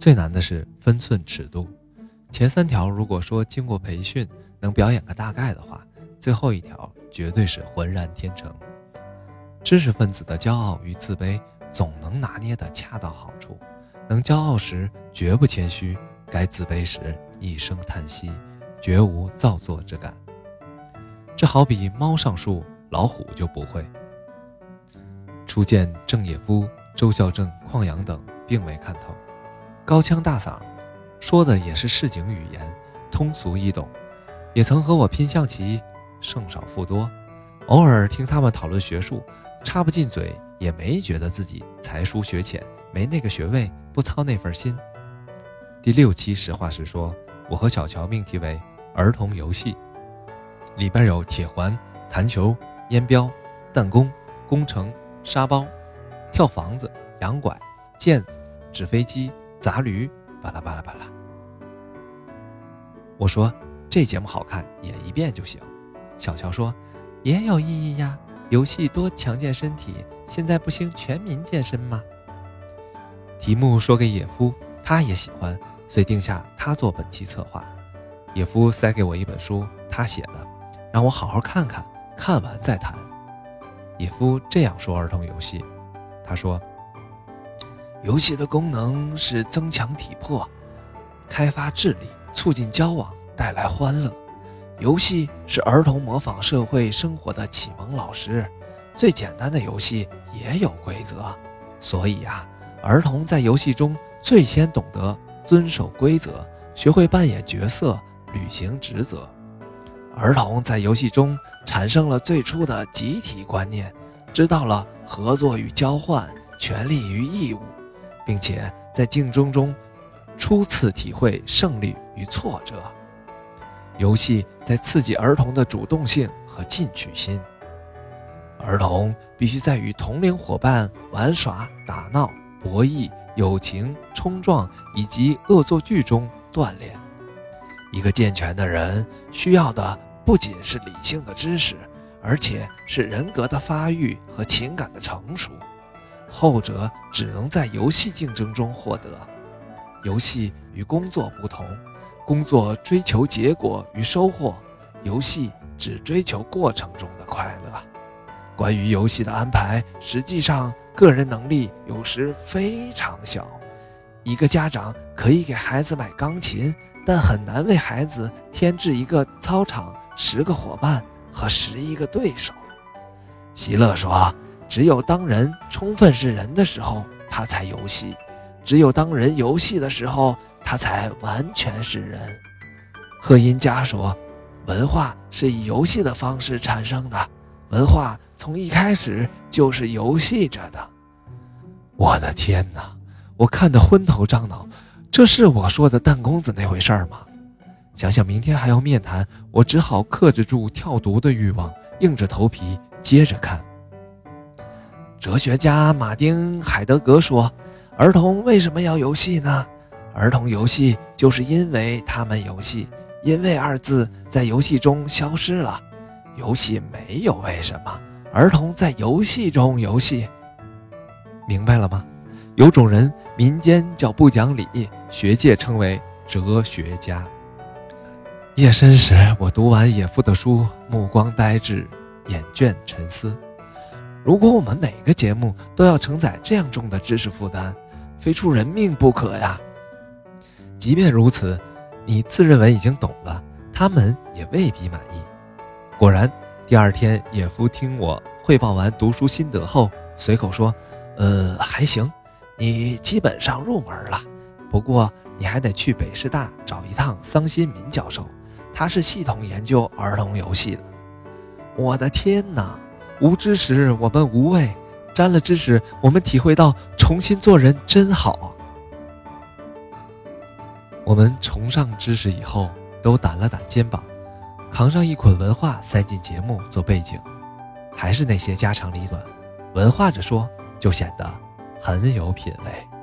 最难的是分寸尺度。前3条如果说经过培训能表演个大概的话，最后1条绝对是浑然天成。知识分子的骄傲与自卑总能拿捏得恰到好处，能骄傲时绝不谦虚，该自卑时一声叹息，绝无造作之感。这好比猫上树，老虎就不会。初见郑也夫、周孝正、邝阳等并未看透，高腔大嗓，说的也是市井语言，通俗易懂，也曾和我拼象棋，胜少负多，偶尔听他们讨论学术，插不进嘴，也没觉得自己才疏学浅，没那个学位，不操那份心。第6期实话实说，我和小乔命题为儿童游戏，里边有铁环、弹球、烟标、弹弓、工程、沙包、跳房子、洋拐、毽子、纸飞机、砸驴，巴拉巴拉巴拉。我说这节目好看，演一遍就行。小乔说也有意义呀，游戏多强健身体，现在不兴全民健身吗？题目说给野夫，他也喜欢，遂定下他做本期策划。野夫塞给我一本书，他写的，让我好好看看，看完再谈。野夫这样说儿童游戏，他说游戏的功能是增强体魄，开发智力，促进交往，带来欢乐。游戏是儿童模仿社会生活的启蒙老师，最简单的游戏也有规则，所以儿童在游戏中最先懂得遵守规则，学会扮演角色，履行职责。儿童在游戏中产生了最初的集体观念，知道了合作与交换，权利与义务，并且在竞争中初次体会胜利与挫折。游戏在刺激儿童的主动性和进取心。儿童必须在与同龄伙伴玩耍、打闹、博弈、友情、冲撞以及恶作剧中锻炼。一个健全的人需要的不仅是理性的知识，而且是人格的发育和情感的成熟，后者只能在游戏竞争中获得。游戏与工作不同，工作追求结果与收获，游戏只追求过程中的快乐。关于游戏的安排，实际上个人能力有时非常小。一个家长可以给孩子买钢琴，但很难为孩子添置一个操场、10个伙伴和11个对手。席勒说，只有当人充分是人的时候，他才游戏；只有当人游戏的时候，他才完全是人。赫因加说，文化是以游戏的方式产生的，文化从一开始就是游戏着的。我的天哪，我看得昏头胀脑，这是我说的弹弓子那回事儿吗？想想明天还要面谈，我只好克制住跳读的欲望，硬着头皮接着看。哲学家马丁·海德格说，儿童为什么要游戏呢？儿童游戏就是因为他们游戏，因为2字在游戏中消失了。游戏没有为什么，儿童在游戏中游戏。明白了吗？有种人民间叫不讲理，学界称为哲学家。夜深时，我读完野夫的书，目光呆滞，眼倦沉思。如果我们每个节目都要承载这样重的知识负担，非出人命不可呀。即便如此，你自认为已经懂了，他们也未必满意。果然，第2天野夫听我汇报完读书心得后，随口说，还行，你基本上入门了，不过你还得去北师大找一趟桑新民教授，他是系统研究儿童游戏的。我的天哪，无知时我们无畏，沾了知识我们体会到重新做人真好。我们崇尚知识以后，都掸了掸肩膀，扛上一捆文化塞进节目做背景，还是那些家长里短，文化着说就显得很有品味。